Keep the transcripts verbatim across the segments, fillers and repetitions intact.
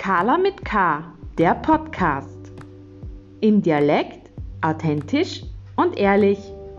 Carla mit K, der Podcast. Im Dialekt, authentisch und ehrlich.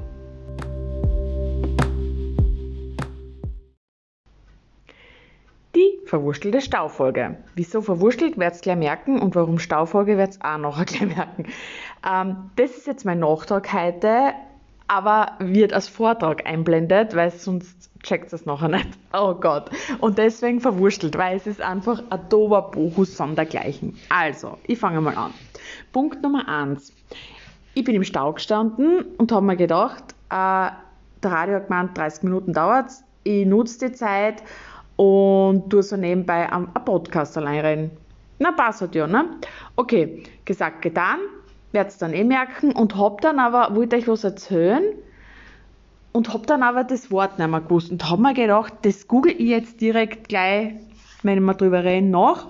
Die verwurstelte Staufolge. Wieso verwurstelt, werdet ihr gleich merken, und warum Staufolge, werdet ihr auch noch gleich merken. Ähm, das ist jetzt mein Nachtrag heute, aber wird als Vortrag einblendet, weil sonst checkt es nachher nicht. Oh Gott. Und deswegen verwurstelt, weil es ist einfach ein dober Bochus sondergleichen. Also, ich fange mal an. Punkt Nummer eins. Ich bin im Stau gestanden und habe mir gedacht, äh, der Radio hat gemeint, dreißig Minuten dauert es. Ich nutze die Zeit und tue so nebenbei am Podcast allein reden. Na, passt ja, ne? Okay, gesagt, getan. Werde es dann eh merken und hab dann aber, wollte euch was erzählen und hab dann aber das Wort nicht mehr gewusst und hab mir gedacht, das google ich jetzt direkt gleich, wenn wir drüber reden, nach.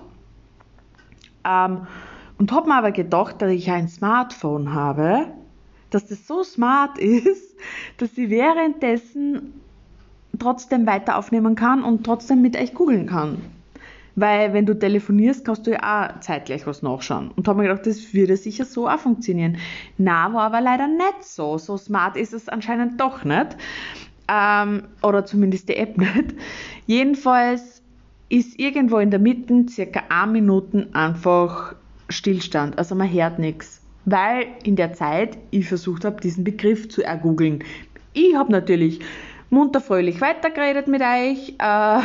Ähm, und hab mir aber gedacht, dass ich ein Smartphone habe, dass das so smart ist, dass ich währenddessen trotzdem weiter aufnehmen kann und trotzdem mit euch googeln kann. Weil wenn du telefonierst, kannst du ja auch zeitgleich was nachschauen. Und habe mir gedacht, das würde sicher so auch funktionieren. Na, war aber leider nicht so. So smart ist es anscheinend doch nicht. Ähm, oder zumindest die App nicht. Jedenfalls ist irgendwo in der Mitte circa eine Minute einfach Stillstand. Also man hört nichts. Weil in der Zeit ich versucht habe, diesen Begriff zu ergoogeln. Ich habe natürlich munter fröhlich weitergeredet mit euch. Äh,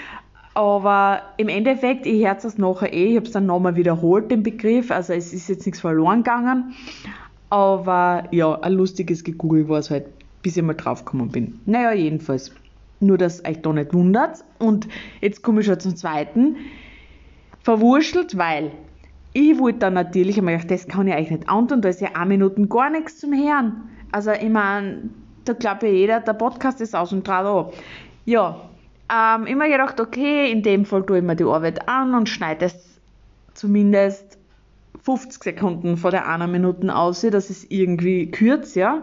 Aber im Endeffekt, ich höre es nachher eh, ich habe es dann nochmal wiederholt, den Begriff, also es ist jetzt nichts verloren gegangen, aber ja, ein lustiges Gegoogelt war es halt, bis ich mal draufgekommen bin. Naja, jedenfalls, nur dass euch da nicht wundert. Und jetzt komme ich schon zum zweiten, verwurschtelt, weil ich wollte dann natürlich, ich habe mir gedacht, das kann ich euch nicht antun, da ist ja eine Minute gar nichts zum Hören. Also ich meine, da glaubt ja jeder, der Podcast ist aus und draht an. Ja, Ähm, immer gedacht, okay, in dem Fall tue ich mir die Arbeit an und schneide es zumindest fünfzig Sekunden vor der einer Minute aus, dass es irgendwie kürzt, ja.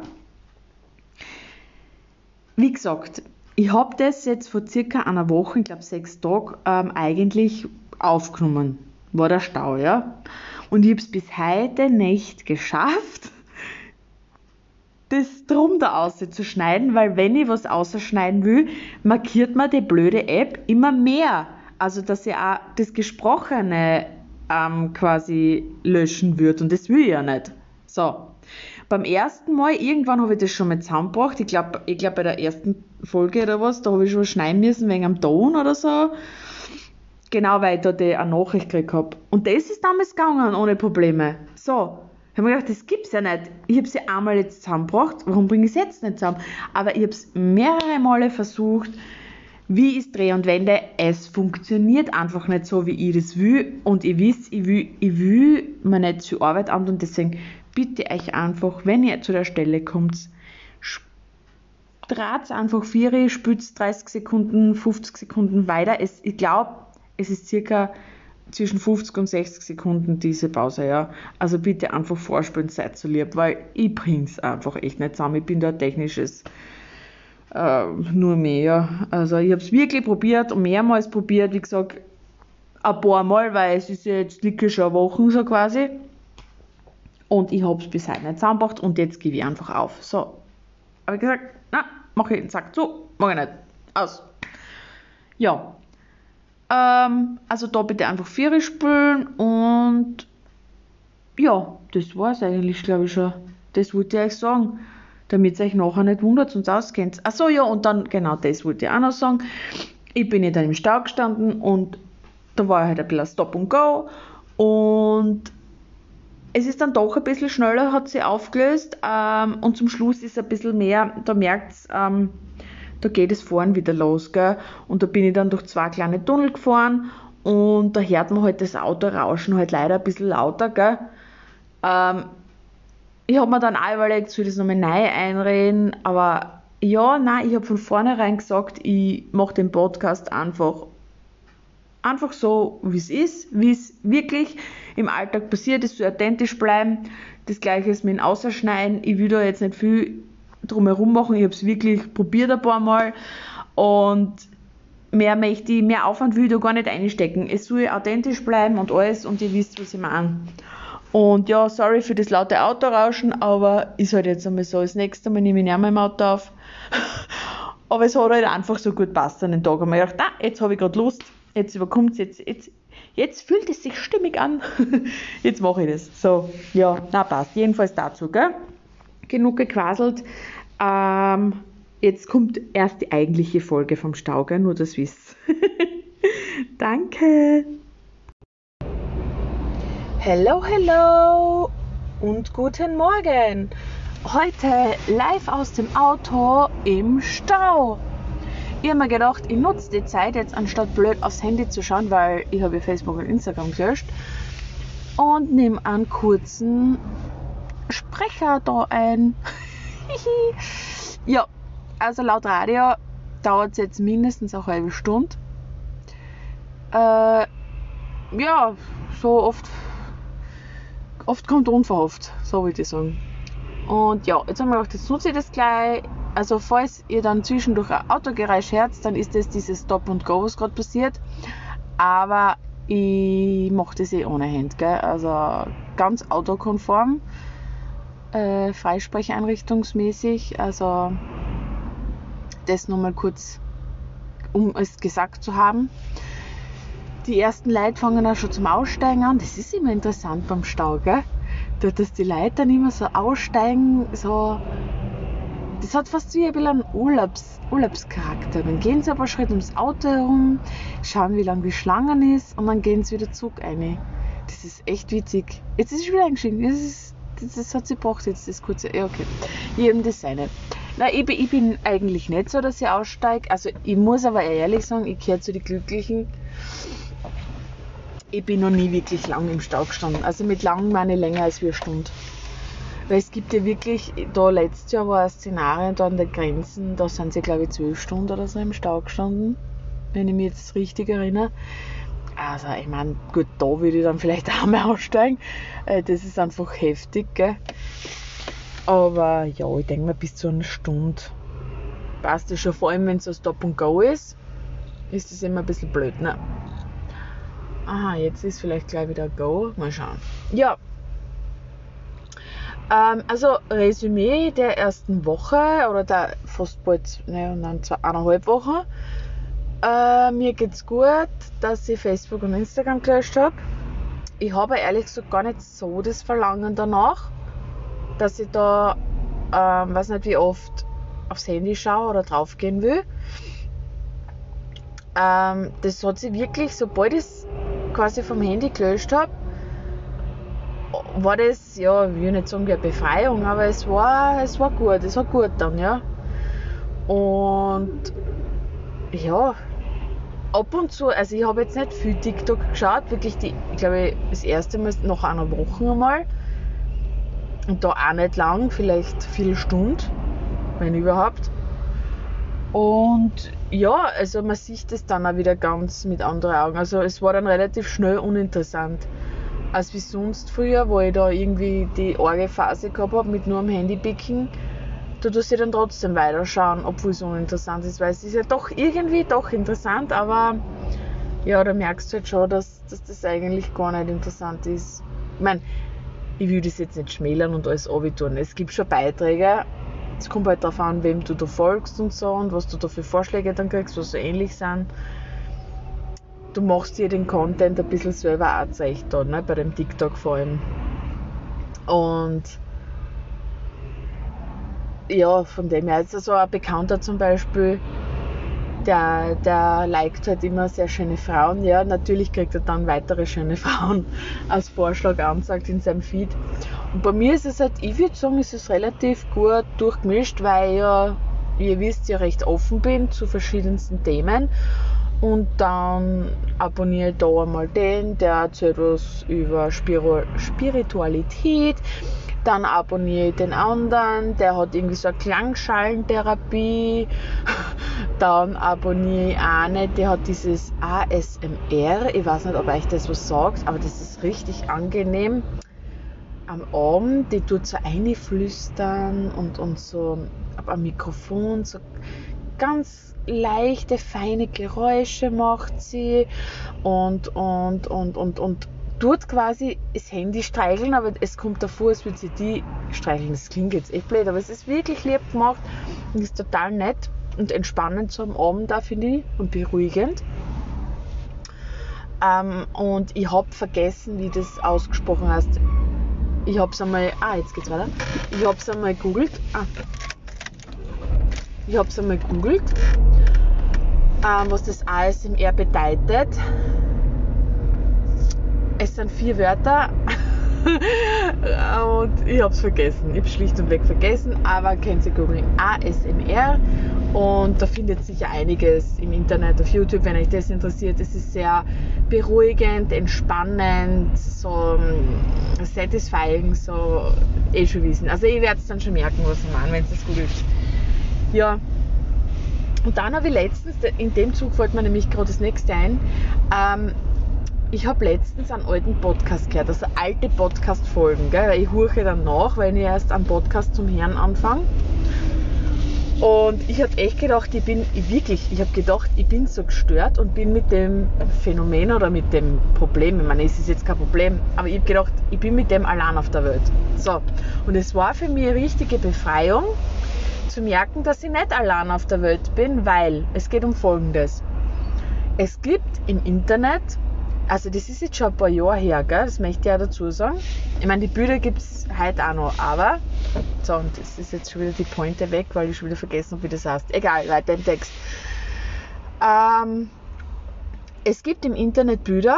Wie gesagt, ich habe das jetzt vor circa einer Woche, ich glaube sechs Tagen, ähm, eigentlich aufgenommen. War der Stau, ja. Und ich habe es bis heute nicht geschafft, das drum da auszuschneiden, weil wenn ich was ausschneiden will, markiert man die blöde App immer mehr. Also, dass ich auch das Gesprochene ähm, quasi löschen wird und das will ich ja nicht. So, beim ersten Mal, irgendwann habe ich das schon mal zusammengebracht, ich glaube ich glaub bei der ersten Folge oder was, da habe ich schon schneiden müssen wegen am Ton oder so. Genau, weil ich da die, eine Nachricht gekriegt habe. Und das ist damals gegangen, ohne Probleme. So. Ich habe mir gedacht, das gibt's ja nicht. Ich habe sie einmal jetzt zusammengebracht, warum bringe ich es jetzt nicht zusammen? Aber ich habe es mehrere Male versucht, wie ist Dreh und Wende, es funktioniert einfach nicht so, wie ich das will. Und ihr wisst, ich will, ich will mir nicht zur Arbeit an und deswegen bitte euch einfach, wenn ihr zu der Stelle kommt, dreht einfach vier, spült dreißig Sekunden, fünfzig Sekunden weiter. Es, ich glaube, es ist circa zwischen fünfzig und sechzig Sekunden diese Pause, ja. Also bitte einfach vorspielen, seid so lieb, weil ich bring's einfach echt nicht zusammen. Ich bin da technisches äh, nur mehr, ja. Also ich habe es wirklich probiert und mehrmals probiert, wie gesagt, ein paar Mal, weil es ist ja jetzt wirklich schon Wochen so quasi. Und ich habe es bis heute nicht zusammengebracht und jetzt gebe ich einfach auf. So, habe ich gesagt, na, mache ich den Sack zu, mache ich nicht. Aus. Ja. Ähm, also da bitte einfach vier spülen und ja, das war es eigentlich, glaube ich schon. Das wollte ich euch sagen, damit ihr euch nachher nicht wundert und auskennt. Achso, ja, und dann, genau das wollte ich auch noch sagen. Ich bin ja dann im Stau gestanden und da war halt ein bisschen Stop and Go und es ist dann doch ein bisschen schneller, hat sich aufgelöst ähm, und zum Schluss ist ein bisschen mehr, da merkt es, ähm, da geht es vorn wieder los, gell? Und da bin ich dann durch zwei kleine Tunnel gefahren und da hört man halt das Auto rauschen halt leider ein bisschen lauter, gell? Ähm, ich habe mir dann auch überlegt, soll ich das nochmal neu einreden, aber ja, nein, ich habe von vornherein gesagt, ich mache den Podcast einfach einfach so, wie es ist, wie es wirklich im Alltag passiert, es soll authentisch bleiben. Das gleiche ist mit dem Ausschneiden, ich will da jetzt nicht viel drumherum machen, ich habe es wirklich probiert ein paar Mal und mehr möchte ich, mehr Aufwand will ich da gar nicht einstecken. Es soll authentisch bleiben und alles und ihr wisst, was ich meine. Und ja, sorry für das laute Autorauschen, aber ist halt jetzt einmal so. Das nächste Mal nehme ich nicht mehr im Auto auf. Aber es hat halt einfach so gut passt an den Tag. Und ich gedacht, ah, jetzt habe ich gerade Lust, jetzt überkommt es, jetzt, jetzt, jetzt fühlt es sich stimmig an. Jetzt mache ich das. So, ja, na passt. Jedenfalls dazu, gell? Genug gequaselt. Ähm, jetzt kommt erst die eigentliche Folge vom Stau, gell? Nur das wisst. Danke. Hello, hello und guten Morgen. Heute live aus dem Auto im Stau. Ich habe mir gedacht, ich nutze die Zeit jetzt, anstatt blöd aufs Handy zu schauen, weil ich habe Facebook und Instagram gelöscht, und nehme einen kurzen Sprecher da ein. Ja, also laut Radio dauert es jetzt mindestens eine halbe Stunde. Äh, ja, so oft, oft kommt unverhofft, so würde ich sagen. Und ja, jetzt haben wir gedacht, jetzt nutze ich das gleich. Also falls ihr dann zwischendurch ein Autogeräusch hört, dann ist das dieses Stop and Go, was gerade passiert. Aber ich mache das eh ohne Hand, gell? Also ganz autokonform, äh, Freisprecheinrichtungsmäßig. Also das nochmal kurz, um es gesagt zu haben. Die ersten Leute fangen auch schon zum Aussteigen an. Das ist immer interessant beim Stau, gell? Dass die Leute dann immer so aussteigen, so, das hat fast wie ein bisschen einen Urlaubs, Urlaubscharakter. Dann gehen sie ein paar Schritte ums Auto herum, schauen, wie lang die Schlange ist, und dann gehen sie wieder zurück rein. Das ist echt witzig. Jetzt ist es wieder eingestiegen. Das, ist, das, das hat sie gebracht, jetzt das kurze. Ja, okay. Jedem das seine. Na, ich bin, ich bin eigentlich nicht so, dass ich aussteige. Also, ich muss aber ehrlich sagen, ich gehöre zu den Glücklichen. Ich bin noch nie wirklich lang im Stau gestanden. Also mit lang meine ich länger als vier Stunden. Weil es gibt ja wirklich, da letztes Jahr war ein Szenario da an der Grenzen, da sind sie glaube ich zwölf Stunden oder so im Stau gestanden, wenn ich mich jetzt richtig erinnere. Also ich meine, gut, da würde ich dann vielleicht auch mal aussteigen. Das ist einfach heftig, gell? Aber ja, ich denke mal, bis zu einer Stunde passt das schon. Vor allem, wenn es so Stop and Go ist, ist das immer ein bisschen blöd, ne? Aha, jetzt ist vielleicht gleich wieder Go. Mal schauen. Ja. Ähm, also Resümee der ersten Woche oder der fast bald, ne, dann zwei, eineinhalb Wochen. Äh, mir geht's gut, dass ich Facebook und Instagram gelöscht habe. Ich habe ehrlich gesagt gar nicht so das Verlangen danach, dass ich da, ähm, weiß nicht wie oft, aufs Handy schaue oder draufgehen will. Ähm, das hat sich wirklich, sobald ich es quasi vom Handy gelöscht habe, war das, ja, ich will nicht sagen wie eine Befreiung, aber es war, es war gut, es war gut dann, ja. Und ja, ab und zu, also ich habe jetzt nicht viel TikTok geschaut, wirklich die, ich glaube, das erste Mal nach einer Woche einmal. Und da auch nicht lang, vielleicht viele Stunden, wenn überhaupt. Und ja, also man sieht das dann auch wieder ganz mit anderen Augen. Also es war dann relativ schnell uninteressant. Als wie sonst früher, wo ich da irgendwie die arge Phase gehabt habe mit nur am Handy picken, da tust du dann trotzdem weiterschauen, obwohl es uninteressant ist, weil es ist ja doch irgendwie doch interessant, aber ja, da merkst du halt schon, dass, dass das eigentlich gar nicht interessant ist. Ich meine, ich will das jetzt nicht schmälern und alles abtun. Es gibt schon Beiträge. Es kommt halt darauf an, wem du da folgst und so und was du da für Vorschläge dann kriegst, was so ähnlich sind. Du machst dir den Content ein bisschen selber auch zurecht da, ne? Bei dem TikTok vor allem. Und ja, von dem her ist also ein Bekannter zum Beispiel, der, der liked halt immer sehr schöne Frauen. Ja, natürlich kriegt er dann weitere schöne Frauen als Vorschlag angezeigt in seinem Feed. Und bei mir ist es halt, ich würde sagen, ist es relativ gut durchgemischt, weil ja, wie ihr wisst, ja recht offen bin zu verschiedensten Themen. Und dann abonniere ich da einmal den, der erzählt was über Spiritualität. Dann abonniere ich den anderen, der hat irgendwie so eine Klangschallentherapie. Dann abonniere ich eine, der hat dieses A S M R. Ich weiß nicht, ob euch das was sagt, aber das ist richtig angenehm. Am Abend, die tut so einflüstern und, und so am Mikrofon so ganz leichte, feine Geräusche macht sie und, und, und, und, und tut quasi das Handy streicheln, aber es kommt davor, als würde sie die streicheln. Das klingt jetzt echt blöd, aber es ist wirklich lieb gemacht und ist total nett und entspannend so am Abend da, finde ich, und beruhigend. Ähm, und ich habe vergessen, wie das ausgesprochen heißt. Ich habe es einmal, ah, jetzt geht's weiter. Ich habe es einmal gegoogelt. Ah. Ich habe es einmal gegoogelt, ähm, was das A S M R bedeutet. Es sind vier Wörter und ich habe es vergessen. Ich habe es schlicht und weg vergessen, aber könnt ihr googeln. A S M R und da findet sicher einiges im Internet, auf YouTube, wenn euch das interessiert. Es ist sehr beruhigend, entspannend, so satisfying, so eh schon wissen. Also ihr werdet dann schon merken, was ich meine, wenn ihr das googelt. Ja, und dann habe ich letztens, in dem Zug fällt mir nämlich gerade das nächste ein, ähm, ich habe letztens einen alten Podcast gehört, also alte Podcast-Folgen, gell, weil ich horche dann nach, wenn ich erst einen Podcast zum Hören anfange. Und ich habe echt gedacht, ich bin, ich wirklich, ich habe gedacht, ich bin so gestört und bin mit dem Phänomen oder mit dem Problem, ich meine, es ist jetzt kein Problem, aber ich habe gedacht, ich bin mit dem allein auf der Welt. So, und es war für mich eine richtige Befreiung, zu merken, dass ich nicht allein auf der Welt bin, weil es geht um Folgendes. Es gibt im Internet, also das ist jetzt schon ein paar Jahre her, gell? Das möchte ich ja dazu sagen. Ich meine, die Bilder gibt es heute auch noch, aber, so, und das ist jetzt schon wieder die Pointe weg, weil ich schon wieder vergessen habe, wie das heißt. Egal, weiter im Text. Ähm, es gibt im Internet Bilder,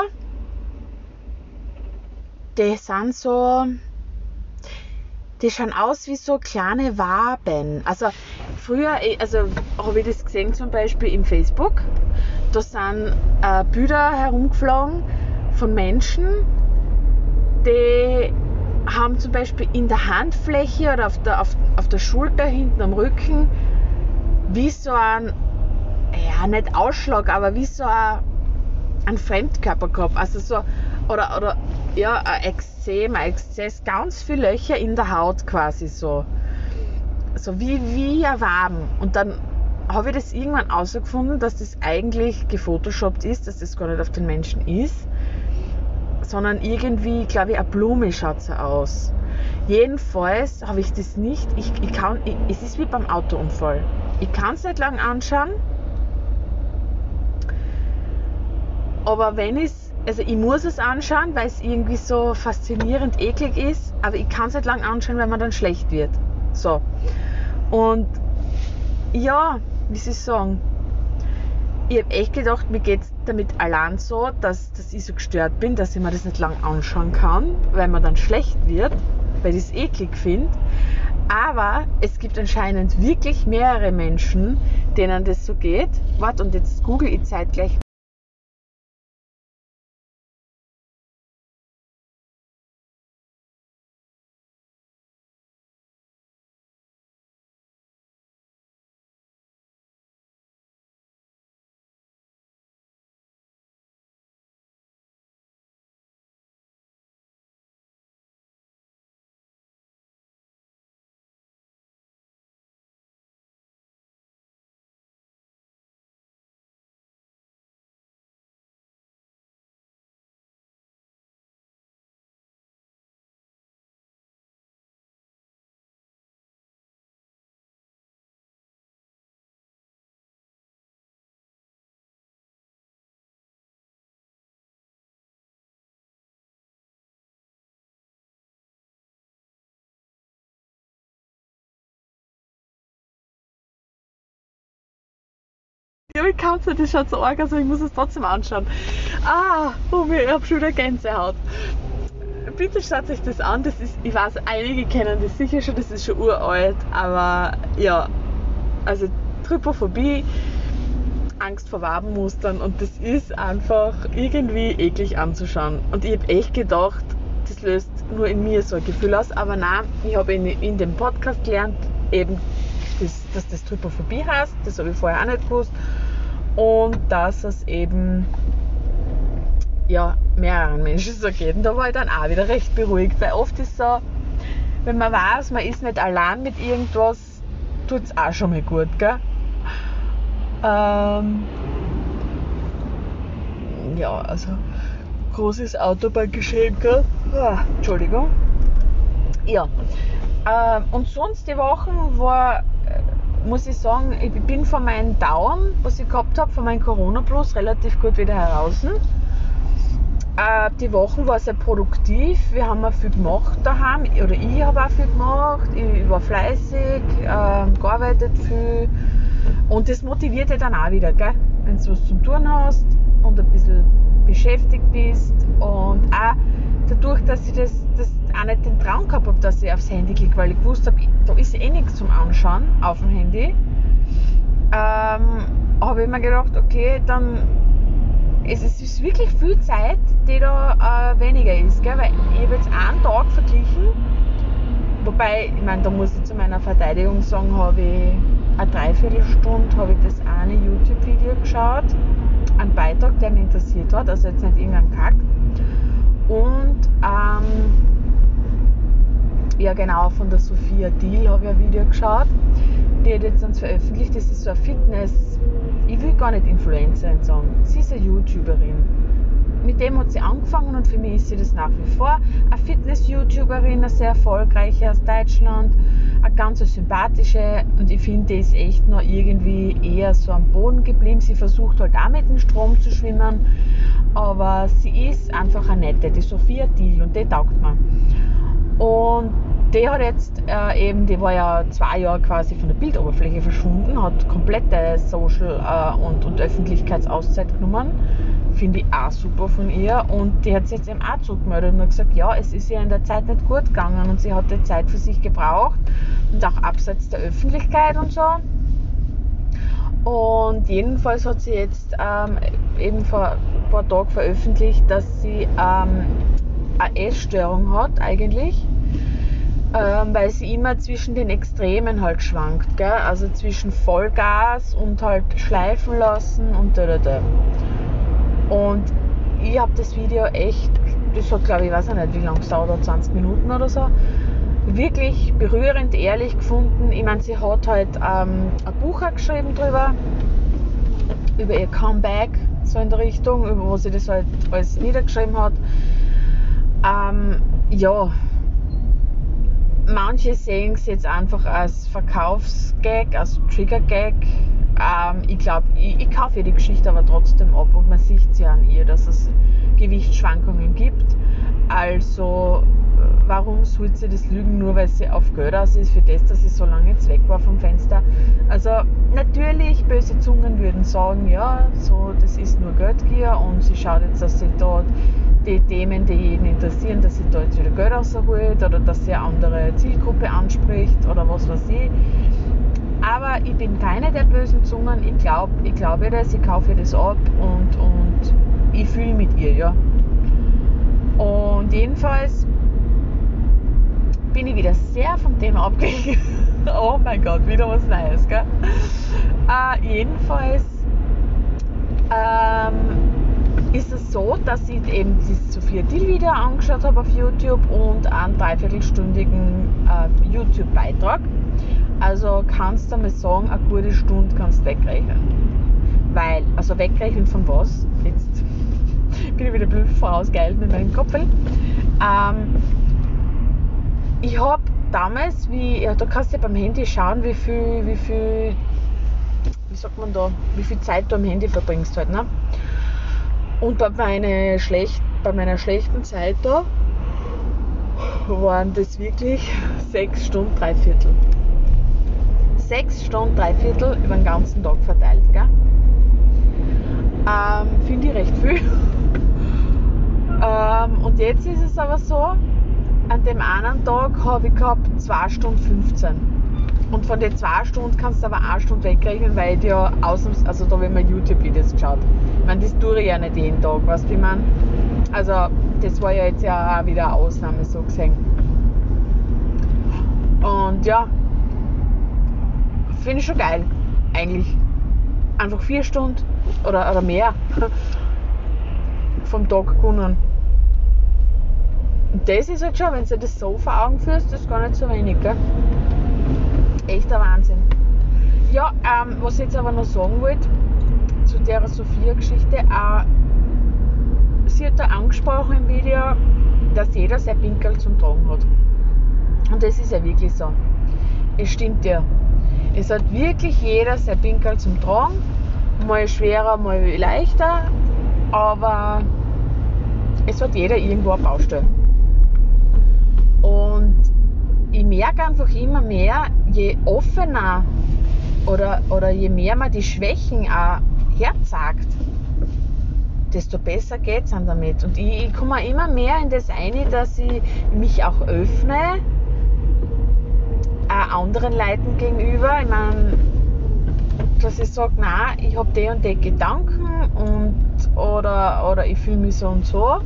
die sind so, die schauen aus wie so kleine Waben. Also früher, also habe ich das gesehen zum Beispiel im Facebook, da sind äh, Bilder herumgeflogen von Menschen, die haben zum Beispiel in der Handfläche oder auf der, auf, auf der Schulter, hinten am Rücken, wie so ein, ja nicht Ausschlag, aber wie so ein, ein Fremdkörper gehabt. Also so, oder, oder ja, ein Ekzem, ein Exzess, ganz viele Löcher in der Haut quasi so. So wie, wie ein Waben. Und dann habe ich das irgendwann herausgefunden, dass das eigentlich gefotoshoppt ist, dass das gar nicht auf den Menschen ist, sondern irgendwie, glaube ich, eine Blume schaut so aus. Jedenfalls habe ich das nicht, ich, ich kann, ich, es ist wie beim Autounfall. Ich kann es nicht lang anschauen, aber wenn ich also ich muss es anschauen, weil es irgendwie so faszinierend eklig ist, aber ich kann es nicht lang anschauen, weil man dann schlecht wird. So. Und ja, wie soll ich sagen, ich habe echt gedacht, mir geht es damit allein so, dass, dass ich so gestört bin, dass ich mir das nicht lang anschauen kann, weil man dann schlecht wird, weil ich es eklig finde. Aber es gibt anscheinend wirklich mehrere Menschen, denen das so geht. Warte, und jetzt google ich zeitgleich. Ja, ich kann es nicht, das schaut so arg aus, aber ich muss es trotzdem anschauen. Ah, oh, ich habe schon wieder Gänsehaut. Bitte schaut euch das an, das ist, ich weiß, einige kennen das sicher schon, das ist schon uralt, aber ja, also Trypophobie, Angst vor Wabenmustern und das ist einfach irgendwie eklig anzuschauen. Und ich habe echt gedacht, das löst nur in mir so ein Gefühl aus, aber nein, ich habe in, in dem Podcast gelernt, eben, das, dass das Trypophobie heißt, das habe ich vorher auch nicht gewusst, und dass es eben ja, mehreren Menschen so geht. Und da war ich dann auch wieder recht beruhigt, weil oft ist so, wenn man weiß, man ist nicht allein mit irgendwas, tut es auch schon mal gut, gell? Ähm, ja, also großes Autobahngeschehen. Ah, Entschuldigung. Ja. Ähm, und sonst die Wochen war, muss ich sagen, ich bin von meinem Down, was ich gehabt habe, von meinem Corona Plus, relativ gut wieder heraus. Äh, die Wochen war sehr produktiv. Wir haben auch viel gemacht daheim, oder ich habe auch viel gemacht. Ich war fleißig, äh, gearbeitet viel. Und das motiviert dich dann auch wieder, gell? Wenn du was zum Tun hast und ein bisschen beschäftigt bist. Und auch dadurch, dass ich das, das auch nicht den Traum gehabt habe, dass ich aufs Handy klicke, weil ich gewusst habe, da ist eh nichts zum Anschauen auf dem Handy, ähm, habe ich mir gedacht, okay, dann es ist wirklich viel Zeit, die da äh, weniger ist, gell? Weil ich habe jetzt einen Tag verglichen, wobei, ich meine, da muss ich zu meiner Verteidigung sagen, habe ich eine Dreiviertelstunde habe ich das eine YouTube-Video geschaut, einen Beitrag, der mich interessiert hat, also jetzt nicht irgendein Kack. Und ähm, ja genau, von der Sophia Thiel habe ich ein Video geschaut, die hat jetzt uns veröffentlicht, das ist so eine Fitness, ich will gar nicht Influencerin sagen, sie ist eine YouTuberin. Mit dem hat sie angefangen und für mich ist sie das nach wie vor. Eine Fitness-YouTuberin, eine sehr erfolgreiche aus Deutschland, eine ganz sympathische und ich finde, die ist echt noch irgendwie eher so am Boden geblieben. Sie versucht halt auch mit dem Strom zu schwimmen, aber sie ist einfach eine nette, die Sophia Thiel, und die taugt mir. Und die hat jetzt äh, eben, die war ja zwei Jahre quasi von der Bildoberfläche verschwunden, hat komplette Social- äh, und, und Öffentlichkeitsauszeit genommen. Finde ich auch super von ihr. Und die hat sich jetzt eben auch zurückgemeldet und hat gesagt, ja, es ist ihr in der Zeit nicht gut gegangen und sie hat die Zeit für sich gebraucht und auch abseits der Öffentlichkeit und so. Und jedenfalls hat sie jetzt ähm, eben vor ein paar Tagen veröffentlicht, dass sie ähm, eine Essstörung hat eigentlich. Ähm, weil sie immer zwischen den Extremen halt schwankt, gell? Also zwischen Vollgas und halt schleifen lassen und da, da, da. Und ich habe das Video echt, das hat glaube ich, weiß ich nicht, wie lange es dauert, zwanzig Minuten oder so, wirklich berührend, ehrlich gefunden. Ich meine, sie hat halt ähm, ein Buch geschrieben drüber, über ihr Comeback, so in der Richtung, über wo sie das halt alles niedergeschrieben hat. Ähm, ja, manche sehen es jetzt einfach als Verkaufsgag, als Trigger-Gag. Ähm, ich glaube, ich, ich kaufe ihr die Geschichte aber trotzdem ab und man sieht es ja an ihr, dass es Gewichtsschwankungen gibt. Also, warum sollte sie das lügen, nur weil sie auf Geld aus ist, für das, dass sie so lange jetzt weg war vom Fenster? Also, natürlich, böse Zungen würden sagen, ja, so, das ist nur Geldgier und sie schaut jetzt, dass sie dort die Themen, die jeden interessieren, dass sie da jetzt wieder Geld rausholt oder dass sie eine andere Zielgruppe anspricht oder was weiß ich. Aber ich bin keine der bösen Zungen, ich glaube ich glaub ihr das, ich kaufe ihr das ab und, und ich fühle mit ihr, ja. Und jedenfalls bin ich wieder sehr vom Thema abgewichen. Oh mein Gott, wieder was Neues, gell? Äh, jedenfalls ähm, ist es so, dass ich eben das Sophia Thiel Video angeschaut habe auf YouTube und einen dreiviertelstündigen äh, YouTube-Beitrag. Also kannst du mal sagen, eine gute Stunde kannst du wegrechnen. Weil, also wegrechnen von was? Jetzt bin ich wieder blöd vorausgeeilt mit meinem Kopf. Ähm, ich habe damals, wie, ja, da kannst du ja beim Handy schauen, wie viel, wie viel, wie sagt man da, wie viel Zeit du am Handy verbringst halt, ne? Und bei meiner, schlecht, bei meiner schlechten Zeit da waren das wirklich sechs Stunden, drei Viertel. Sechs Stunden, drei Viertel über den ganzen Tag verteilt, gell? Ähm, finde ich recht viel. ähm, und jetzt ist es aber so, an dem einen Tag habe ich gehabt zwei Stunden fünfzehn. Und von den zwei Stunden kannst du aber eine Stunde wegrechnen, weil ich ja ausnahms, also da habe ich mal YouTube-Videos geschaut. Ich meine, das tue ich ja nicht jeden Tag, weißt du, wie man. Also, das war ja jetzt ja auch wieder eine Ausnahme, so gesehen. Und ja, finde ich schon geil, eigentlich. Einfach vier Stunden oder, oder mehr vom Tag gewonnen. Und das ist halt schon, wenn du das so vor Augen führst, das ist gar nicht so wenig, gell? Echter Wahnsinn. Ja, ähm, was ich jetzt aber noch sagen wollte, zu der Sophia-Geschichte, äh, sie hat da angesprochen im Video, dass jeder sein Pinkel zum Tragen hat. Und das ist ja wirklich so. Es stimmt ja. Es hat wirklich jeder sein Pinkel zum Tragen. Mal schwerer, mal leichter. Aber es hat jeder irgendwo eine Baustelle. Und ich merke einfach immer mehr, je offener oder, oder je mehr man die Schwächen auch herzagt, desto besser geht es dann damit. Und ich, ich komme immer mehr in das ein, dass ich mich auch öffne, auch anderen Leuten gegenüber. Ich meine, dass ich sage, nein, ich habe die und die Gedanken und, oder, oder ich fühle mich so und so.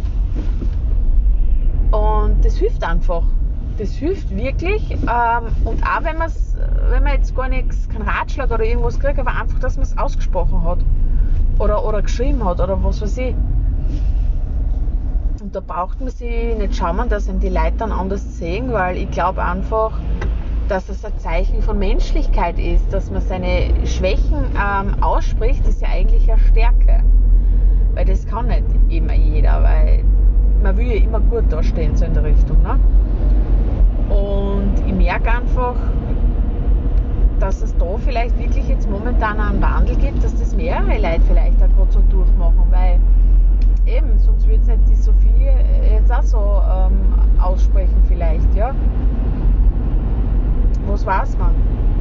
Und das hilft einfach. Das hilft wirklich. Ähm, und auch wenn, wenn man jetzt gar nichts, keinen Ratschlag oder irgendwas kriegt, aber einfach, dass man es ausgesprochen hat. Oder, oder geschrieben hat oder was weiß ich. Und da braucht man sich nicht schauen, dass einem die Leute dann anders sehen, weil ich glaube einfach, dass es ein Zeichen von Menschlichkeit ist, dass man seine Schwächen ähm, ausspricht, ist ja eigentlich eine Stärke. Weil das kann nicht immer jeder, weil man will ja immer gut dastehen, so in der Richtung. Ne? Und ich merke einfach, dass es da vielleicht wirklich jetzt momentan einen Wandel gibt, dass das mehrere Leute vielleicht auch gerade so durchmachen, weil eben, sonst würde es nicht die Sophie jetzt auch so ähm, aussprechen vielleicht, ja. Was weiß man?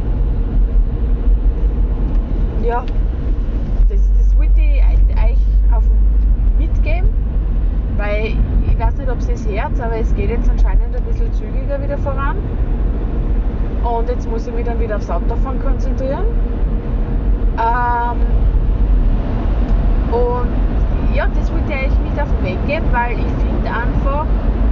Ja, das, das wollte ich euch auf mitgeben, weil ich weiß nicht, ob es das hört, aber es geht jetzt anscheinend ein bisschen zügiger wieder voran. Und jetzt muss ich mich dann wieder aufs Autofahren konzentrieren. Ähm, und ja, das wollte ich eigentlich mit auf den Weg geben, weil ich finde einfach,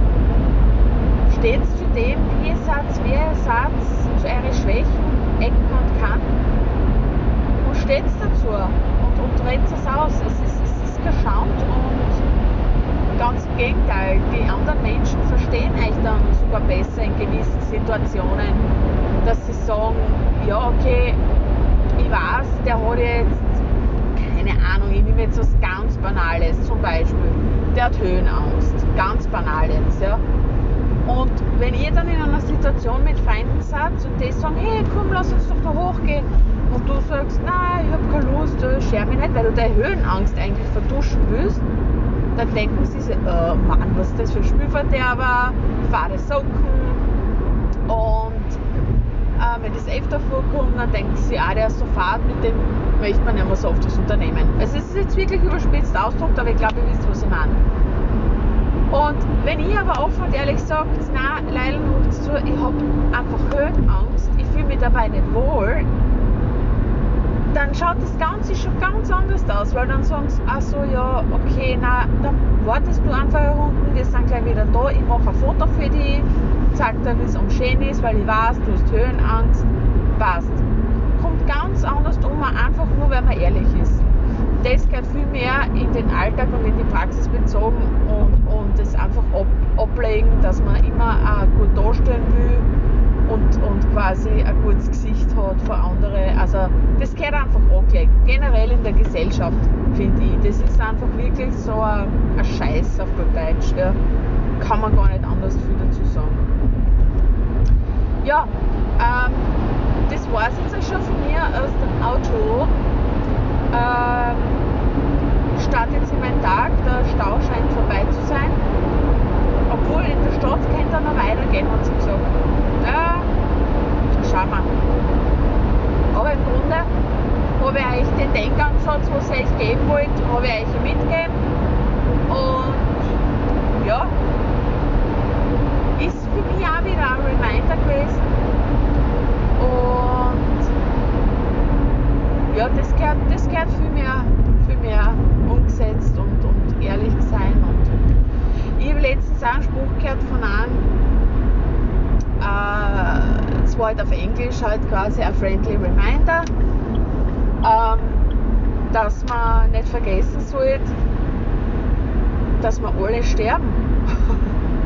steht zu dem, wie ihr seid, wer ihr seid, zu euren Schwächen, Ecken und Kanten und steht dazu und, und dreht es aus. Es ist, es ist geschaunt und ganz im Gegenteil, die anderen Menschen verstehen euch dann sogar besser in gewissen Situationen, dass sie sagen, ja okay, ich weiß, der hat jetzt, keine Ahnung, ich nehme jetzt was ganz Banales, zum Beispiel, der hat Höhenangst, ganz banal jetzt, ja. Und wenn ihr dann in einer Situation mit Freunden seid und die sagen, hey komm, lass uns doch da hochgehen, und du sagst, nein, ich habe keine Lust, ich scher mich nicht, weil du deine Höhenangst eigentlich vertuschen willst, dann denken sie sich, oh Mann, was ist das für ein Spielverderber, fahre Socken. Und äh, wenn das öfter vorkommt, dann denken sie, ah, der ist so fad, mit dem möchte man nicht mehr so oft das Unternehmen. Also es ist jetzt wirklich überspitzt ausgedrückt, aber ich glaube, ihr wisst, was ich meine. Und wenn ich aber offen und ehrlich sage, nein, Leila, zu, ich habe einfach Höhenangst, ich fühle mich dabei nicht wohl, dann schaut das Ganze schon ganz anders aus, weil dann sagen sie, ach so, ja, okay, na, dann wartest du einfach eine Runde, wir sind gleich wieder da, ich mache ein Foto für dich, zeig dir, wie es am schön ist, weil ich weiß, du hast Höhenangst, passt. Kommt ganz anders um, einfach nur, weil man ehrlich ist. Das gehört viel mehr in den Alltag und in die Praxis bezogen und, und das einfach ab, ablegen, dass man immer äh, gut dastehen will und, und quasi ein gutes Gesicht hat für andere. Also das gehört einfach angelegt. Generell in der Gesellschaft, finde ich. Das ist einfach wirklich so ein, ein Scheiß auf gut Deutsch. Ja. Kann man gar nicht anders viel dazu sagen. Ja, ähm, das war es jetzt schon von mir aus dem Auto. Ähm, starte jetzt in meinen Tag, der Stau scheint vorbei zu sein. Obwohl in der Stadt könnte er noch weitergehen, hat sie gesagt. Ja, schauen wir. Aber im Grunde habe ich euch den Denkansatz, was ich euch geben wollte, habe ich euch mitgegeben. Und ja, ist für mich auch wieder ein Reminder gewesen. Und ja, das gehört, das gehört viel mehr, viel mehr umgesetzt und, und ehrlich sein. Und ich habe letztens auch einen Spruch gehört von einem, äh, es war halt auf Englisch halt quasi ein friendly reminder, ähm, dass man nicht vergessen sollte, dass wir alle sterben.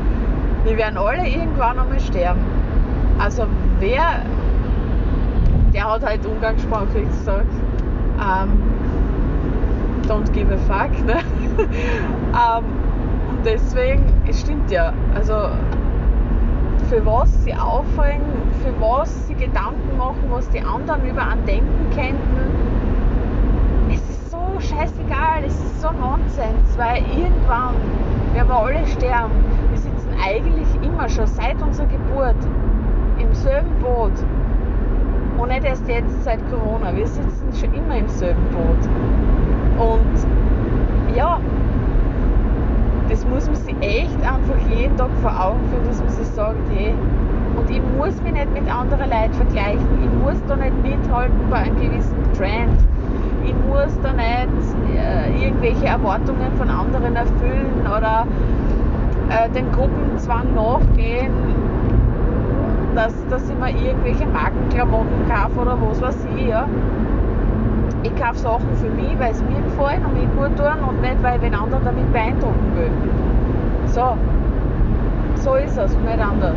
Wir werden alle irgendwann einmal sterben. Also wer der hat halt umgangssprachlich gesagt, ähm, don't give a fuck, ne? ähm, und deswegen, es stimmt ja, also für was sie aufregen, für was sie Gedanken machen, was die anderen über einen denken könnten, es ist so scheißegal, es ist so Nonsens, weil irgendwann werden wir alle sterben. Wir sitzen eigentlich immer schon seit unserer Geburt im selben Boot. Und nicht erst jetzt seit Corona, wir sitzen schon immer im selben Boot. Und ja, das muss man sich echt einfach jeden Tag vor Augen führen, dass man sich sagt, hey, und ich muss mich nicht mit anderen Leuten vergleichen, ich muss da nicht mithalten bei einem gewissen Trend, ich muss da nicht äh, irgendwelche Erwartungen von anderen erfüllen oder äh, den Gruppenzwang nachgehen, dass, dass ich mir irgendwelche Markenklamotten kaufe oder was weiß ich, ja. Ich kaufe Sachen für mich, weil es mir gefallen und mir gut tun und nicht, weil ich den anderen damit beeindrucken will. So, so ist es und nicht anders.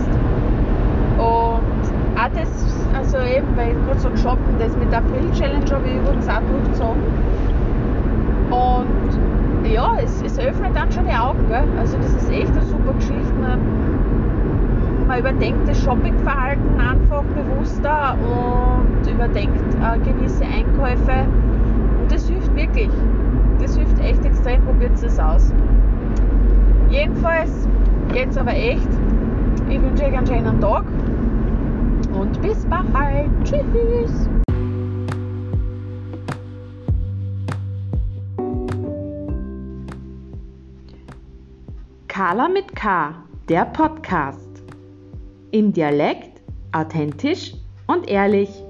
Und auch das, also eben, weil ich gerade so shoppen, das mit der April-Challenge habe ich übrigens auch durchgezogen. Und ja, es, es öffnet dann schon die Augen, gell? Also das ist echt eine super Geschichte. Man, man überdenkt das Shoppingverhalten einfach bewusster und überdenkt äh, gewisse Einkäufe. Und das hilft wirklich. Das hilft echt extrem. Probiert es aus. Jedenfalls jetzt aber echt. Ich wünsche euch einen schönen Tag und bis bald. Tschüss. Carla mit K, der Podcast. Im Dialekt, authentisch und ehrlich.